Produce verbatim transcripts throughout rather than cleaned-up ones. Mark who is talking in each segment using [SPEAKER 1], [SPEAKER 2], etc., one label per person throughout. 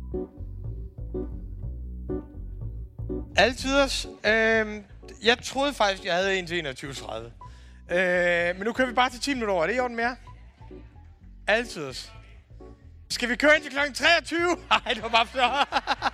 [SPEAKER 1] Altiders. Øh, jeg troede faktisk, jeg havde en til enogtyve tredive. Øh, men nu kører vi bare til ti minutter over. Er det i orden mere? Altiders. Skal vi køre ind til klokken treogtyve? Nej, det var bare før.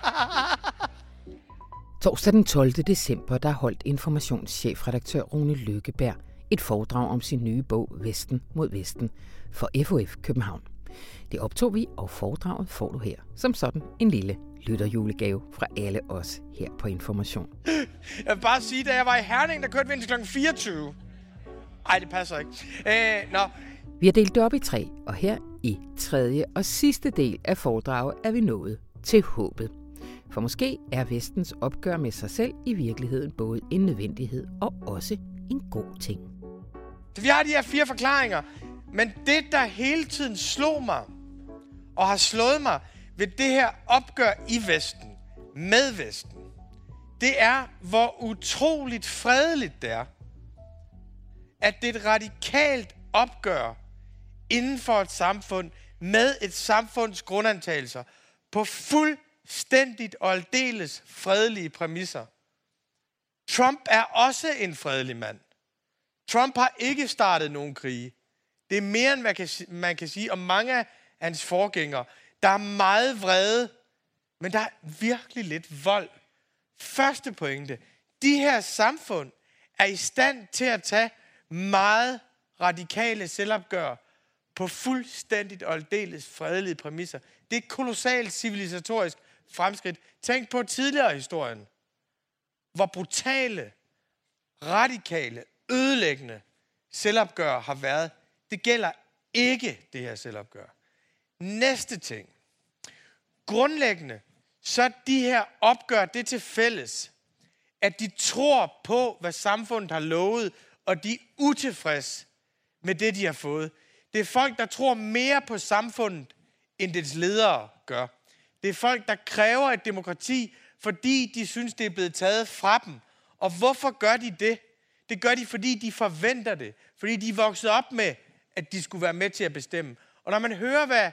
[SPEAKER 2] Torsdag den tolvte december, der holdt informationschefredaktør Rune Lykkeberg et foredrag om sin nye bog Vesten mod Vesten for F O F København. Det optog vi, og foredraget får du her, som sådan en lille lytterjulegave fra alle os her på Information.
[SPEAKER 1] Jeg vil bare sige, da jeg var i Herning, der kørte vi ind til klokken fireogtyve. Ej, det passer ikke. Øh, nå.
[SPEAKER 2] Vi har delt det op i tre, og her i tredje og sidste del af foredraget er vi nået til håbet. For måske er Vestens opgør med sig selv i virkeligheden både en nødvendighed og også en god ting.
[SPEAKER 1] Vi har de her fire forklaringer, men det, der hele tiden slog mig og har slået mig ved det her opgør i Vesten, med Vesten, det er, hvor utroligt fredeligt det er, at det er et radikalt opgør inden for et samfund med et samfunds grundantagelser på fuldstændigt og aldeles fredelige præmisser. Trump er også en fredelig mand. Trump har ikke startet nogen krige. Det er mere, end man kan, man kan sige om mange af hans forgængere. Der er meget vrede, men der er virkelig lidt vold. Første pointe. De her samfund er i stand til at tage meget radikale selvopgør på fuldstændigt og aldeles fredelige præmisser. Det er et kolossalt civilisatorisk fremskridt. Tænk på tidligere i historien, hvor brutale, radikale, ødelæggende selvopgør har været. Det gælder ikke det her selvopgør. Næste ting. Grundlæggende, så er de her opgør det til fælles, at de tror på, hvad samfundet har lovet, og de er utilfredse med det, de har fået. Det er folk, der tror mere på samfundet, end dets ledere gør. Det er folk, der kræver et demokrati, fordi de synes, det er blevet taget fra dem. Og hvorfor gør de det? Det gør de, fordi de forventer det. Fordi de er vokset op med, at de skulle være med til at bestemme. Og når man hører, hvad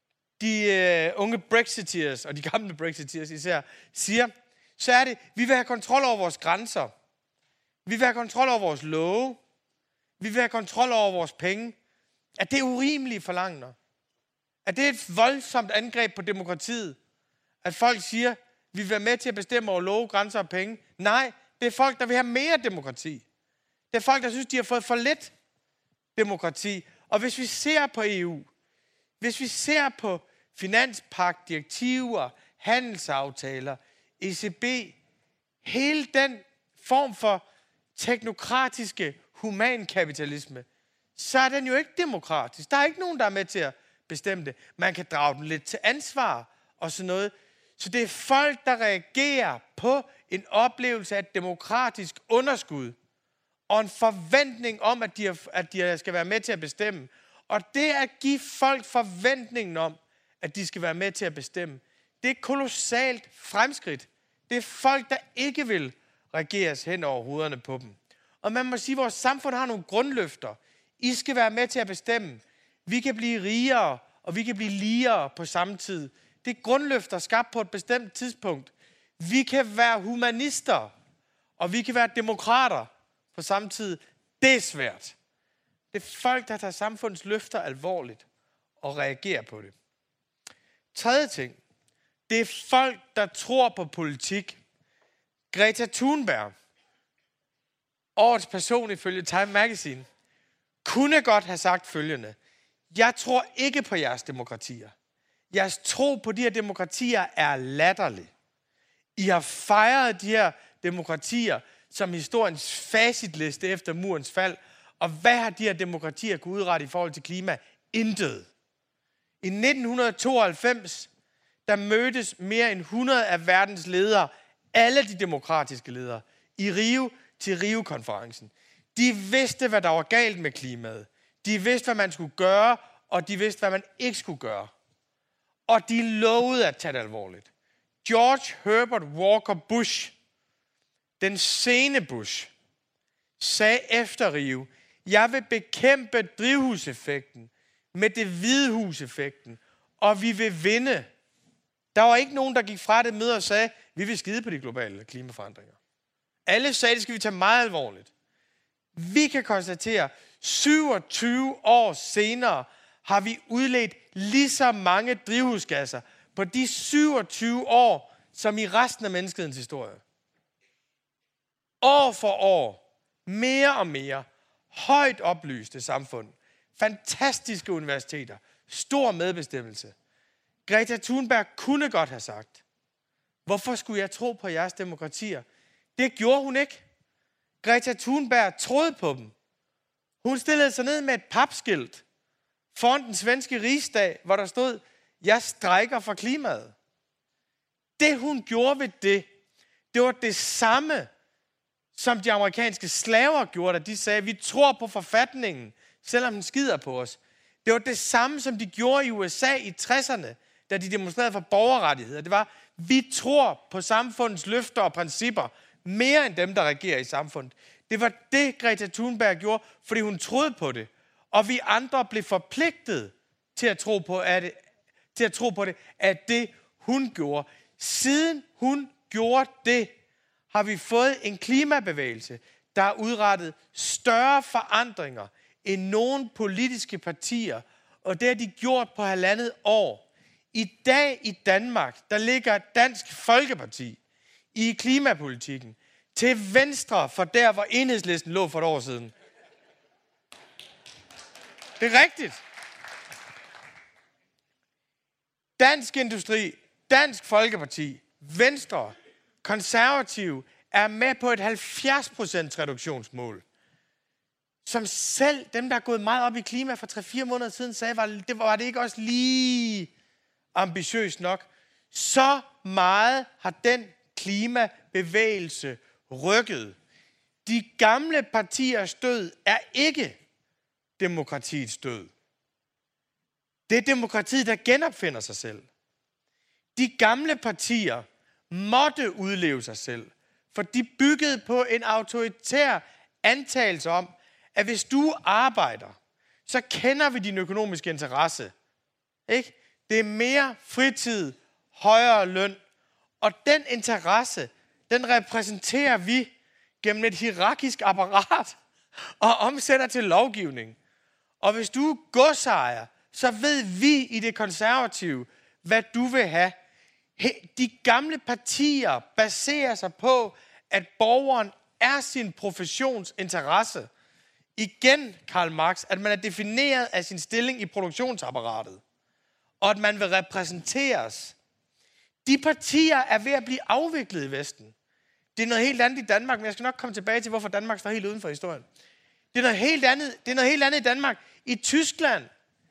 [SPEAKER 1] de uh, unge Brexiteers, og de gamle Brexiteers især, siger, så er det, vi vil have kontrol over vores grænser. Vi vil have kontrol over vores love. Vi vil have kontrol over vores penge. Er det urimelige forlangender? Er det et voldsomt angreb på demokratiet? At folk siger, vi vil være med til at bestemme over love, grænser og penge? Nej, det er folk, der vil have mere demokrati. Det er folk, der synes, de har fået for lidt demokrati. Og hvis vi ser på E U, hvis vi ser på finanspagt, direktiver, handelsaftaler, E C B, hele den form for teknokratiske humankapitalisme, så er den jo ikke demokratisk. Der er ikke nogen, der er med til at bestemme det. Man kan drage den lidt til ansvar og sådan noget. Så det er folk, der reagerer på en oplevelse af et demokratisk underskud og en forventning om, at de, at de skal være med til at bestemme. Og det at give folk forventningen om, at de skal være med til at bestemme, det er et kolossalt fremskridt. Det er folk, der ikke vil regeres hen over hovederne på dem. Og man må sige, at vores samfund har nogle grundløfter. I skal være med til at bestemme. Vi kan blive rigere, og vi kan blive ligere på samme tid. Det er grundløfter skabt på et bestemt tidspunkt. Vi kan være humanister, og vi kan være demokrater på samme tid. Det er svært. Det er folk, der tager samfundets løfter alvorligt og reagerer på det. Tredje ting. Det er folk, der tror på politik. Greta Thunberg, årets person ifølge Time Magazine, kunne godt have sagt følgende. Jeg tror ikke på jeres demokratier. Jeres tro på de her demokratier er latterlig. I har fejret de her demokratier som historiens facitliste efter murens fald. Og hvad har de her demokratier kunne udrette i forhold til klima? Intet. I nitten tooghalvfems, der mødtes mere end hundrede af verdens ledere, alle de demokratiske ledere, i Rio til Rio-konferencen. De vidste, hvad der var galt med klimaet. De vidste, hvad man skulle gøre, og de vidste, hvad man ikke skulle gøre. Og de lovede at tage det alvorligt. George Herbert Walker Bush, den sene Bush, sagde efter Rio, jeg vil bekæmpe drivhuseffekten med det hvide huseffekten, og vi vil vinde. Der var ikke nogen, der gik fra det møde og sagde, vi vil skide på de globale klimaforandringer. Alle sagde, det skal vi tage meget alvorligt. Vi kan konstatere, syvogtyve år senere har vi udledt lige så mange drivhusgasser på de syvogtyve år, som i resten af menneskets historie. År for år, mere og mere, højt oplyste samfund, fantastiske universiteter, stor medbestemmelse. Greta Thunberg kunne godt have sagt, hvorfor skulle jeg tro på jeres demokratier? Det gjorde hun ikke. Greta Thunberg troede på dem. Hun stillede sig ned med et papskilt foran den svenske rigsdag, hvor der stod, jeg strejker for klimaet. Det hun gjorde ved det, det var det samme, som de amerikanske slaver gjorde, da de sagde, vi tror på forfatningen, selvom den skider på os. Det var det samme, som de gjorde i U S A i tresserne, da de demonstrerede for borgerrettigheder. Det var, vi tror på samfundets løfter og principper, mere end dem, der regerer i samfundet. Det var det, Greta Thunberg gjorde, fordi hun troede på det. Og vi andre blev forpligtet til at tro på, at det, til at tro på det, at det hun gjorde. Siden hun gjorde det, har vi fået en klimabevægelse, der har udrettet større forandringer end nogen politiske partier, og det har de gjort på halvandet år. I dag i Danmark, der ligger Dansk Folkeparti i klimapolitikken til venstre for der, hvor Enhedslisten lå for et år siden. Det er rigtigt. Dansk Industri, Dansk Folkeparti, Venstre, Konservative er med på et halvfjerds procent reduktionsmål. Som selv dem, der er gået meget op i klima for tre fire måneder siden, sagde, var det, var det ikke også lige ambitiøst nok? Så meget har den klimabevægelse rykket. De gamle partiers død er ikke demokratiets død. Det er demokratiet, der genopfinder sig selv. De gamle partier måtte udleve sig selv, for de byggede på en autoritær antagelse om, at hvis du arbejder, så kender vi din økonomiske interesse. Ikke? Det er mere fritid, højere løn, og den interesse, den repræsenterer vi gennem et hierarkisk apparat og omsætter til lovgivning. Og hvis du er godsejer, så ved vi i det konservative, hvad du vil have. De gamle partier baserer sig på, at borgeren er sin professions interesse. Igen, Karl Marx, at man er defineret af sin stilling i produktionsapparatet. Og at man vil repræsenteres. De partier er ved at blive afviklet i Vesten. Det er noget helt andet i Danmark, men jeg skal nok komme tilbage til, hvorfor Danmark står helt uden for historien. Det er noget helt andet, det er noget helt andet i Danmark. I Tyskland,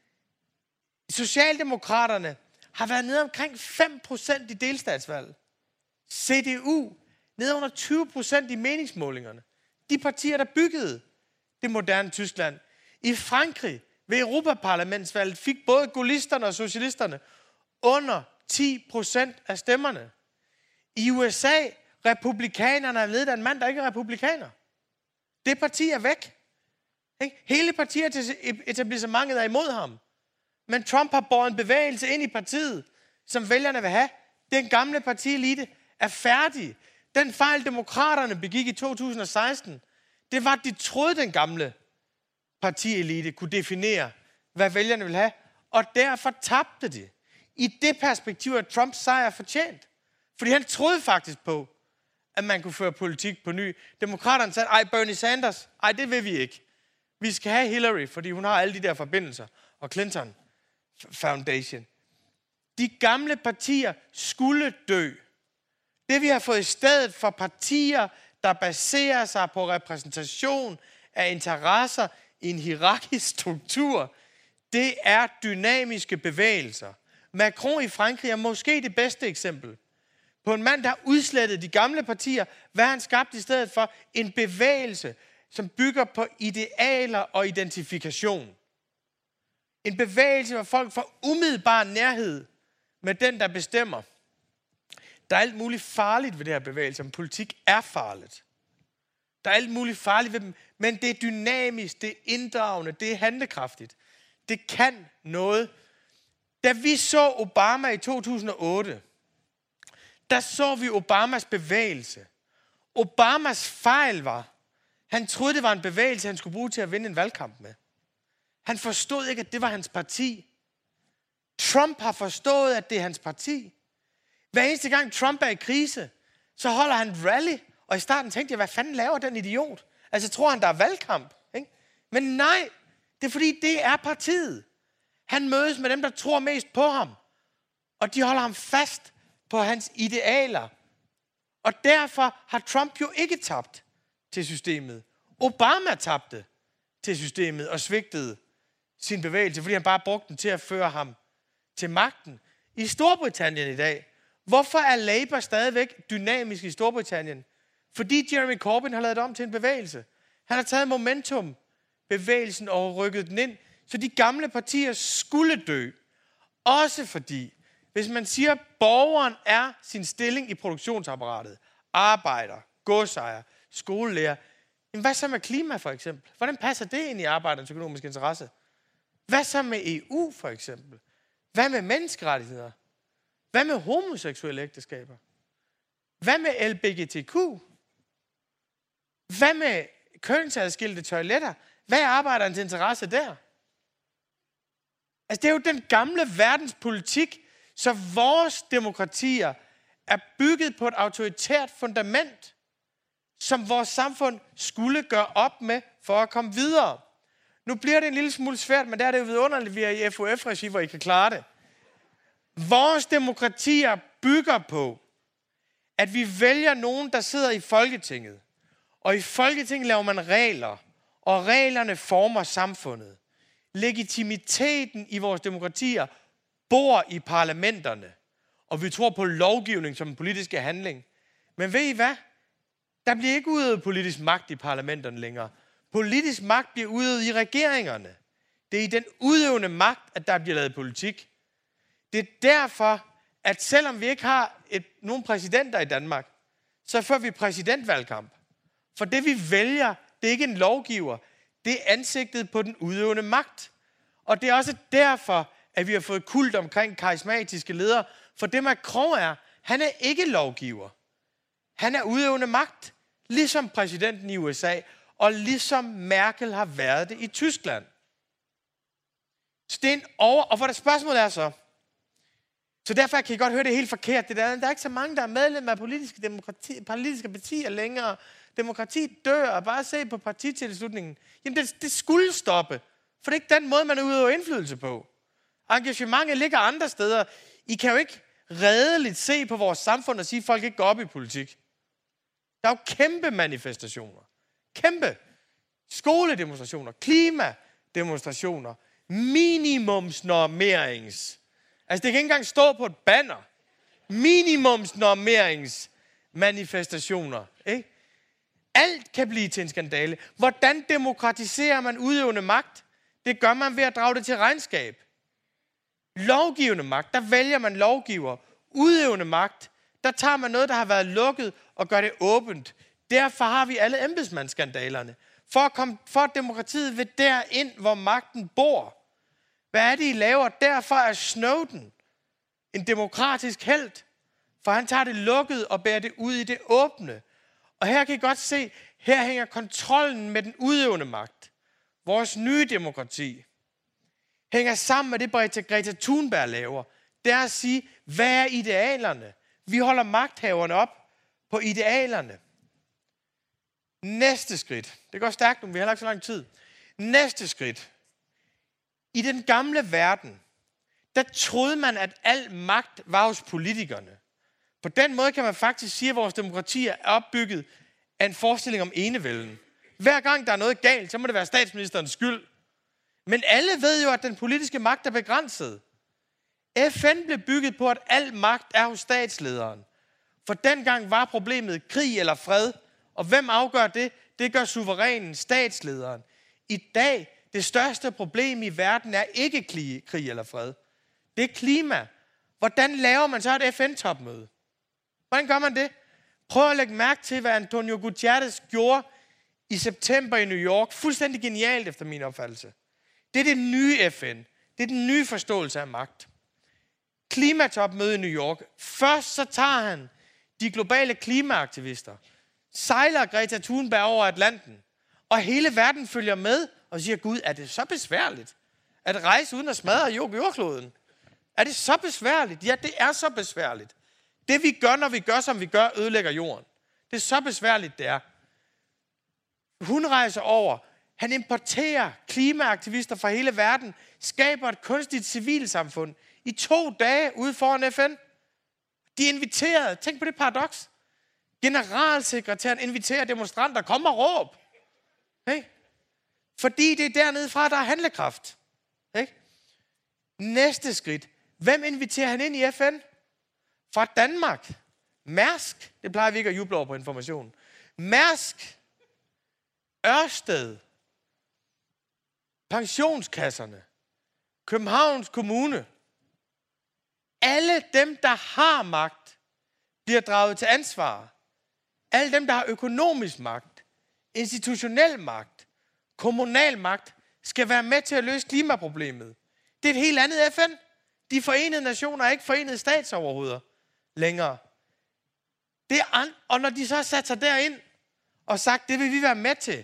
[SPEAKER 1] Socialdemokraterne har været nede omkring fem procent i delstatsvalget. C D U nede under tyve procent i meningsmålingerne. De partier, der byggede det moderne Tyskland. I Frankrig ved Europaparlamentsvalget fik både gaullisterne og socialisterne under ti procent af stemmerne. I U S A, republikanerne er ledet af en mand, der ikke er republikaner. Det parti er væk. Hele partietablissementet er imod ham. Men Trump har båret en bevægelse ind i partiet, som vælgerne vil have. Den gamle partielite er færdig. Den fejl, demokraterne begik i to tusind og seksten, det var, at de troede, den gamle partielite kunne definere, hvad vælgerne vil have. Og derfor tabte de. I det perspektiv er Trumps sejr fortjent. Fordi han troede faktisk på, at man kunne føre politik på ny. Demokraterne sagde, ej, Bernie Sanders, ej, det vil vi ikke. Vi skal have Hillary, fordi hun har alle de der forbindelser. Og Clinton Foundation. De gamle partier skulle dø. Det vi har fået i stedet for partier, der baserer sig på repræsentation af interesser i en hierarkisk struktur, det er dynamiske bevægelser. Macron i Frankrig er måske det bedste eksempel på en mand, der har udslettet de gamle partier. Hvad har han skabt i stedet for? En bevægelse, som bygger på idealer og identifikation. En bevægelse, hvor folk får umiddelbar nærhed med den, der bestemmer. Der er alt muligt farligt ved det her bevægelse, men politik er farligt. Der er alt muligt farligt ved dem, men det er dynamisk, det er inddragende, det er handlekraftigt. Det kan noget. Da vi så Obama i to tusind og otte, der så vi Obamas bevægelse. Obamas fejl var, han troede, det var en bevægelse, han skulle bruge til at vinde en valgkamp med. Han forstod ikke, at det var hans parti. Trump har forstået, at det er hans parti. Hver eneste gang Trump er i krise, så holder han rally. Og i starten tænkte jeg, hvad fanden laver den idiot? Altså, tror han, der er valgkamp? Ikke? Men nej, det er fordi, det er partiet. Han mødes med dem, der tror mest på ham. Og de holder ham fast på hans idealer. Og derfor har Trump jo ikke tabt til systemet. Obama tabte til systemet og svigtede sin bevægelse, fordi han bare brugte den til at føre ham til magten. I Storbritannien i dag, hvorfor er Labour stadigvæk dynamisk i Storbritannien? Fordi Jeremy Corbyn har lavet det om til en bevægelse. Han har taget momentum-bevægelsen og rykket den ind, så de gamle partier skulle dø. Også fordi, hvis man siger, at borgeren er sin stilling i produktionsapparatet, arbejder, godsejer, skolelærer, jamen hvad så med klima for eksempel? Hvordan passer det ind i arbejdernes økonomiske interesse? Hvad så med E U for eksempel? Hvad med menneskerettigheder? Hvad med homoseksuelle ægteskaber? Hvad med L G B T Q? Hvad med kønsadskilte toiletter? Hvad er arbejderens interesse der? Altså det er jo den gamle verdens politik, så vores demokratier er bygget på et autoritært fundament, som vores samfund skulle gøre op med for at komme videre. Nu bliver det en lille smule svært, men der er det jo vidunderligt, vi er i F O F-regi, hvor I kan klare det. Vores demokratier bygger på, at vi vælger nogen, der sidder i Folketinget. Og i Folketinget laver man regler, og reglerne former samfundet. Legitimiteten i vores demokratier bor i parlamenterne, og vi tror på lovgivning som en politisk handling. Men ved I hvad? Der bliver ikke udøvet politisk magt i parlamenterne længere. Politisk magt bliver udøvet i regeringerne. Det er i den udøvende magt, at der bliver lavet politik. Det er derfor, at selvom vi ikke har et, nogen præsidenter i Danmark, så fører vi præsidentvalgkamp. For det vi vælger, det er ikke en lovgiver. Det er ansigtet på den udøvende magt. Og det er også derfor, at vi har fået kult omkring karismatiske ledere. For det Macron er, han er ikke lovgiver. Han er udøvende magt, ligesom præsidenten i U S A, og ligesom Merkel har været det i Tyskland. Så det er en over... Og for det spørgsmål er så, så derfor kan I godt høre det helt forkert. Det der, der er ikke så mange, der er medlem af politiske, demokrati, politiske partier længere. Demokrati dør, og bare se på partitilslutningen. Jamen, det, det skulle stoppe. For det er ikke den måde, man udøver indflydelse på. Engagementet ligger andre steder. I kan jo ikke redeligt se på vores samfund og sige, at folk ikke går op i politik. Der er jo kæmpe manifestationer. Kæmpe skoledemonstrationer, klimademonstrationer, minimumsnormerings. Altså, det kan ikke engang stå på et banner. Minimumsnormeringsmanifestationer, ikke? Alt kan blive til en skandale. Hvordan demokratiserer man udøvende magt? Det gør man ved at drage det til regnskab. Lovgivende magt, der vælger man lovgiver. Udøvende magt, der tager man noget, der har været lukket, og gør det åbent. Derfor har vi alle embedsmandsskandalerne. For at, komme, for at demokratiet vil derind, hvor magten bor. Hvad er det, I laver? Derfor er Snowden en demokratisk helt. For han tager det lukket og bærer det ud i det åbne. Og her kan I godt se, her hænger kontrollen med den udøvende magt. Vores nye demokrati hænger sammen med det, Greta Thunberg laver. Det er at sige, hvad er idealerne? Vi holder magthaverne op på idealerne. Næste skridt. Det går stærkt nu, vi har ikke så lang tid. Næste skridt. I den gamle verden, der troede man, at al magt var hos politikerne. På den måde kan man faktisk sige, at vores demokrati er opbygget af en forestilling om enevælden. Hver gang der er noget galt, så må det være statsministerens skyld. Men alle ved jo, at den politiske magt er begrænset. F N blev bygget på, at al magt er hos statslederen. For dengang var problemet krig eller fred. Og hvem afgør det? Det gør suverænen, statslederen. I dag, det største problem i verden er ikke krig eller fred. Det er klima. Hvordan laver man så et F N-topmøde? Hvordan gør man det? Prøv at lægge mærke til, hvad Antonio Guterres gjorde i september i New York. Fuldstændig genialt efter min opfattelse. Det er det nye F N. Det er den nye forståelse af magt. Klimatopmøde i New York. Først så tager han de globale klimaaktivister, sejler Greta Thunberg over Atlanten, og hele verden følger med og siger, Gud, er det så besværligt at rejse uden at smadre jordkloden? Er det så besværligt? Ja, det er så besværligt. Det vi gør, når vi gør, som vi gør, ødelægger jorden. Det er så besværligt, det er. Hun rejser over. Han importerer klimaaktivister fra hele verden, skaber et kunstigt civilsamfund i to dage ude foran F N. De er inviteret. Tænk på det paradoks. Generalsekretæren inviterer demonstranter. Kom og råb. Hey? Fordi det er dernede fra, der er handlekraft. Hey? Næste skridt. Hvem inviterer han ind i F N? Fra Danmark. Mærsk. Det plejer vi ikke at juble over på Information. Mærsk. Ørsted. Pensionskasserne. Københavns Kommune. Alle dem, der har magt, bliver draget til ansvar. Alle dem, der har økonomisk magt, institutionel magt, kommunal magt, skal være med til at løse klimaproblemet. Det er et helt andet F N. De forenede nationer er ikke forenede statsoverhoveder længere. Det er an- og når de så har sat sig derind og sagt, det vil vi være med til,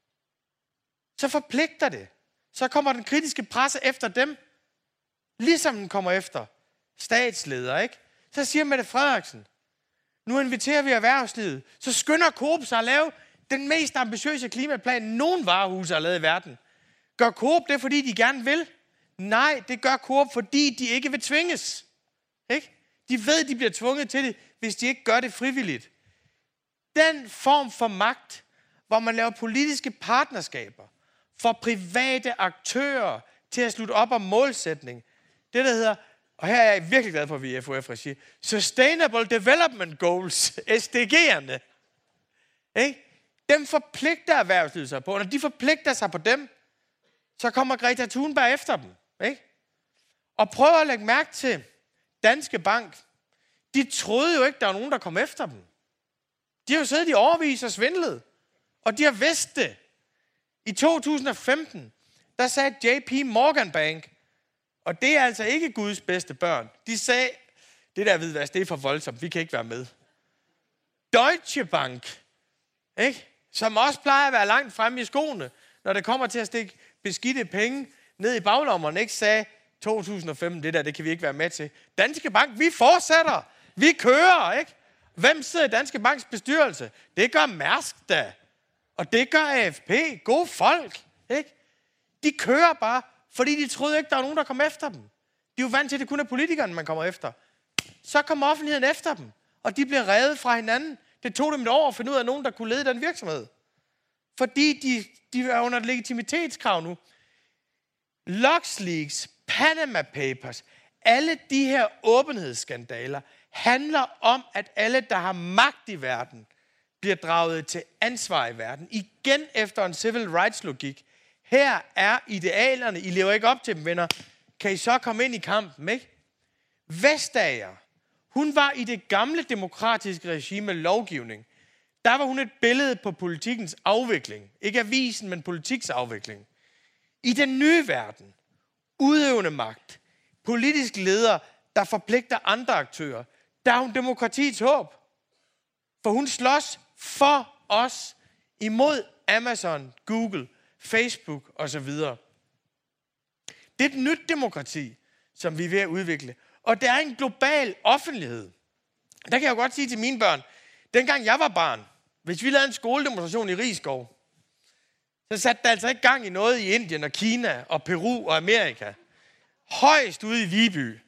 [SPEAKER 1] så forpligter det. Så kommer den kritiske presse efter dem, ligesom den kommer efter statsledere, ikke? Så siger Mette Frederiksen, nu inviterer vi erhvervslivet, så skynder Coop sig at lave den mest ambitiøse klimaplan, nogen varehuse har lavet i verden. Gør Coop det, fordi de gerne vil? Nej, det gør Coop, fordi de ikke vil tvinges. Ikke? De ved, de bliver tvunget til det, hvis de ikke gør det frivilligt. Den form for magt, hvor man laver politiske partnerskaber for private aktører til at slutte op om målsætning. Det, der hedder, og her er jeg virkelig glad for, at vi er i F O F-regi, Sustainable Development Goals, S D G'erne. Ikke? Dem forpligter erhvervslivet sig på, og når de forpligter sig på dem, så kommer Greta Thunberg efter dem. Ikke? Og prøv at lægge mærke til Danske Bank. De troede jo ikke, der var nogen, der kom efter dem. De har jo siddet i årevis og svindlet, og de har vidst det. I to tusind og femten, der sagde J P Morgan Bank, og det er altså ikke Guds bedste børn, de sagde, det der hvidvask, det er for voldsomt, vi kan ikke være med. Deutsche Bank, ikke? Som også plejer at være langt fremme i skoene, når det kommer til at stikke beskidte penge ned i baglommerne, ikke, sagde to tusind og femten, det der, det kan vi ikke være med til. Danske Bank, vi fortsætter, vi kører, ikke? Hvem sidder i Danske Banks bestyrelse? Det gør Mærsk da, og det gør A F P, gode folk, ikke? De kører bare, fordi de troede ikke, der var nogen, der kom efter dem. De er jo vant til, at det kun er politikerne, man kommer efter. Så kommer offentligheden efter dem, og de bliver revet fra hinanden. Det tog dem et år at finde ud af nogen, der kunne lede den virksomhed. Fordi de, de er under et legitimitetskrav nu. LuxLeaks, Panama Papers, alle de her åbenhedsskandaler handler om, at alle, der har magt i verden, bliver draget til ansvar i verden. Igen efter en civil rights logik. Her er idealerne. I lever ikke op til dem, venner. Kan I så komme ind i kampen, ikke? Vestager, hun var i det gamle demokratiske regime lovgivning. Der var hun et billede på politikens afvikling. Ikke avisen, men politiks afvikling. I den nye verden, udøvende magt, politisk leder, der forpligter andre aktører, der er hun demokratiets håb. For hun slås for os imod Amazon, Google, Facebook osv. Det er et nyt demokrati, som vi er ved at udvikle. Og det er en global offentlighed. Der kan jeg jo godt sige til mine børn, dengang jeg var barn, hvis vi lavede en skoledemonstration i Rigskov, så satte der altså ikke gang i noget i Indien og Kina og Peru og Amerika. Højst ude i Viby.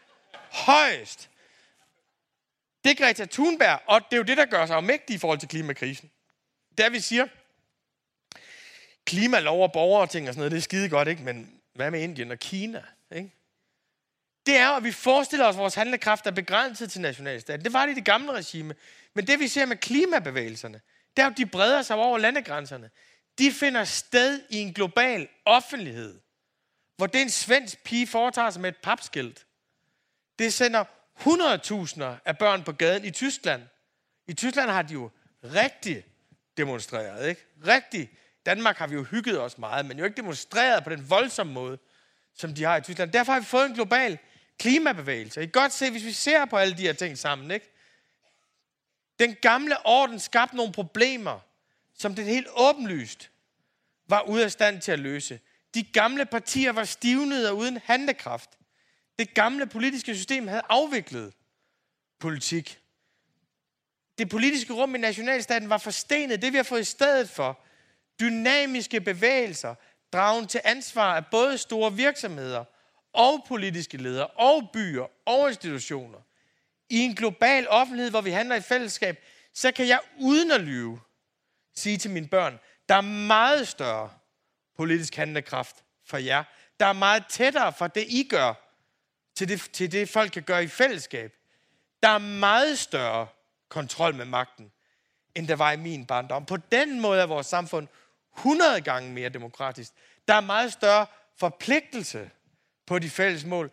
[SPEAKER 1] Højst. Det er Greta Thunberg, og det er jo det, der gør sig afmægtig i forhold til klimakrisen. Der vi siger, klimalov og borgerting og sådan noget, det er skide godt, ikke? Men hvad med Indien og Kina, ikke? Det er jo, at vi forestiller os, at vores handlekraft er begrænset til nationalstaten. Det var det i det gamle regime. Men det, vi ser med klimabevægelserne, det er jo, at de breder sig over landegrænserne. De finder sted i en global offentlighed, hvor det en svensk pige foretager sig med et papskilt. Det sender hundredtusinder af børn på gaden i Tyskland. I Tyskland har de jo rigtig demonstreret, ikke? Rigtig. Danmark har vi jo hygget os meget, men jo ikke demonstreret på den voldsomme måde, som de har i Tyskland. Derfor har vi fået en global klimabevægelse. I kan godt se, hvis vi ser på alle de her ting sammen, ikke? Den gamle orden skabte nogle problemer, som den helt åbenlyst var ude af stand til at løse. De gamle partier var stivnede og uden handlekraft. Det gamle politiske system havde afviklet politik. Det politiske rum i nationalstaten var forstenet. Det vi har fået i stedet for, dynamiske bevægelser, dragen til ansvar af både store virksomheder og politiske ledere og byer og institutioner. I en global offentlighed, hvor vi handler i fællesskab, så kan jeg uden at lyve sige til mine børn, der er meget større politisk handlekraft for jer. Der er meget tættere for det, I gør, til det, til det folk kan gøre i fællesskab. Der er meget større kontrol med magten, end der var i min barndom. På den måde er vores samfund hundrede gange mere demokratisk. Der er meget større forpligtelse på de fælles mål.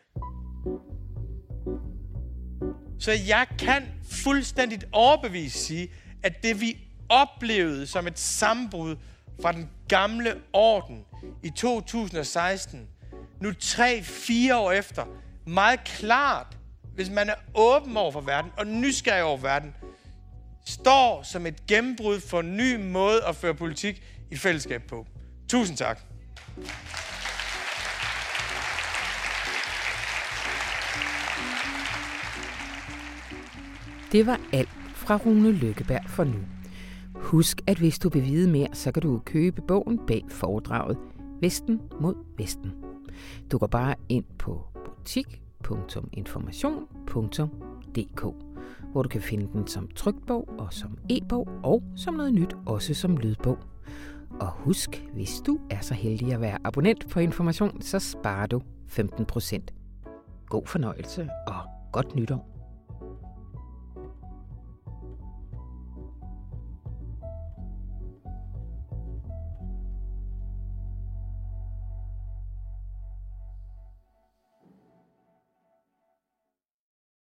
[SPEAKER 1] Så jeg kan fuldstændigt overbevist sige, at det vi oplevede som et sammenbrud fra den gamle orden i to tusind og seksten, nu tre, fire år efter, meget klart, hvis man er åben over for verden og nysgerrig over verden, står som et gennembrud for en ny måde at føre politik i fællesskab på. Tusind tak.
[SPEAKER 2] Det var alt fra Rune Lykkeberg for nu. Husk, at hvis du vil vide mere, så kan du købe bogen bag foredraget Vesten mod Vesten. Du går bare ind på butik punktum information punktum d k, hvor du kan finde den som tryktbog og som e-bog og som noget nyt også som lydbog. Og husk, hvis du er så heldig at være abonnent på Information, så sparer du femten procent. God fornøjelse og godt nytår.